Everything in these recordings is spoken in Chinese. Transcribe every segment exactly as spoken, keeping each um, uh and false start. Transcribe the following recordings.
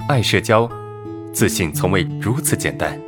爱社交，自信从未如此简单。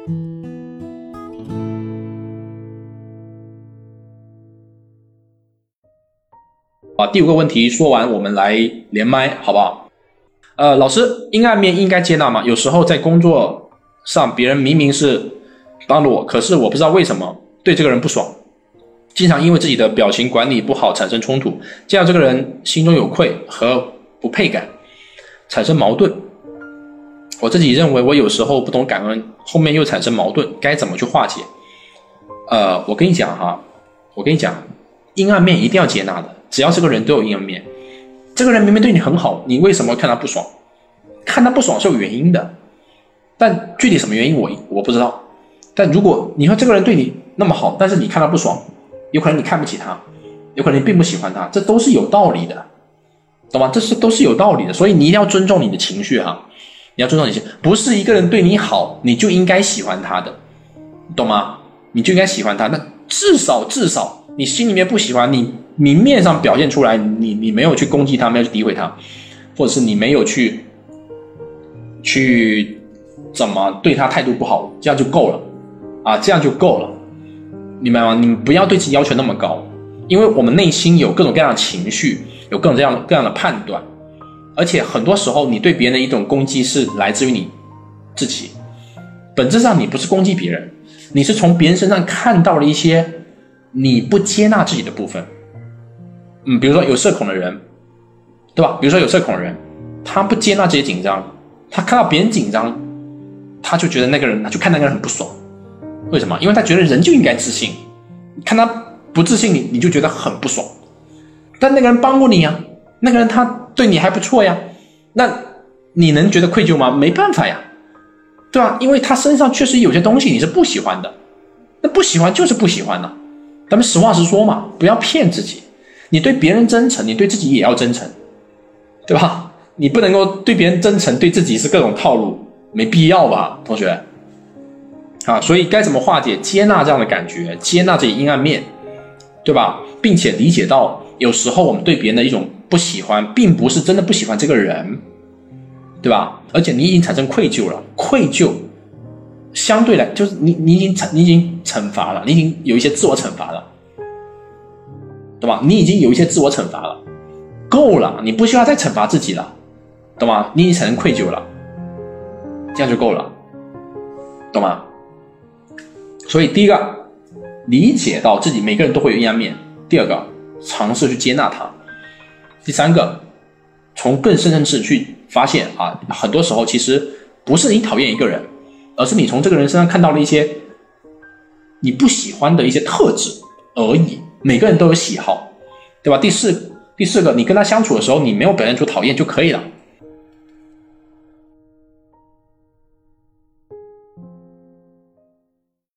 啊，第五个问题说完，我们来连麦，好不好？呃，老师，阴暗面应该接纳吗？有时候在工作上，别人明明是帮了我，可是我不知道为什么对这个人不爽，经常因为自己的表情管理不好产生冲突，这样这个人心中有愧和不配感，产生矛盾。我自己认为我有时候不懂感恩，后面又产生矛盾，该怎么去化解？呃，我跟你讲哈，我跟你讲，阴暗面一定要接纳的，只要这个人都有阴暗面。这个人明明对你很好，你为什么看他不爽？看他不爽是有原因的，但具体什么原因我我不知道。但如果你说这个人对你那么好，但是你看他不爽，有可能你看不起他，有可能你并不喜欢他，这都是有道理的，懂吗？这是都是有道理的，所以你一定要尊重你的情绪哈，你要尊重你的情绪，不是一个人对你好你就应该喜欢他的，懂吗？你就应该喜欢他，那至少至少你心里面不喜欢，你明面上表现出来，你你没有去攻击他，没有去诋毁他，或者是你没有去去怎么对他态度不好，这样就够了啊，这样就够了，明白吗？你不要对自己要求那么高，因为我们内心有各种各样的情绪，有各种各样各样的判断，而且很多时候你对别人的一种攻击是来自于你自己，本质上你不是攻击别人，你是从别人身上看到了一些你不接纳自己的部分。嗯，比如说有社恐的人，对吧？比如说有社恐的人，他不接纳自己紧张，他看到别人紧张，他就觉得那个人，他就看那个人很不爽。为什么？因为他觉得人就应该自信，看他不自信，你你就觉得很不爽。但那个人帮过你呀，那个人他对你还不错呀，那你能觉得愧疚吗？没办法呀，对吧？因为他身上确实有些东西你是不喜欢的，那不喜欢就是不喜欢的，咱们实话实说嘛，不要骗自己。你对别人真诚，你对自己也要真诚，对吧？你不能够对别人真诚，对自己是各种套路，没必要吧，同学？啊，所以该怎么化解？接纳这样的感觉，接纳这些阴暗面，对吧？并且理解到，有时候我们对别人的一种不喜欢，并不是真的不喜欢这个人，对吧？而且你已经产生愧疚了，愧疚相对来就是你你已经你已经惩罚了，你已经有一些自我惩罚了。懂吗？你已经有一些自我惩罚了，够了，你不需要再惩罚自己了，懂吗？你已经产生愧疚了，这样就够了，懂吗？所以第一个，理解到自己每个人都会有阴暗面；第二个，尝试去接纳它；第三个，从更深层次去发现啊，很多时候其实不是你讨厌一个人，而是你从这个人身上看到了一些你不喜欢的一些特质而已。每个人都有喜好，对吧？第四第四个，你跟他相处的时候，你没有表现出讨厌就可以了，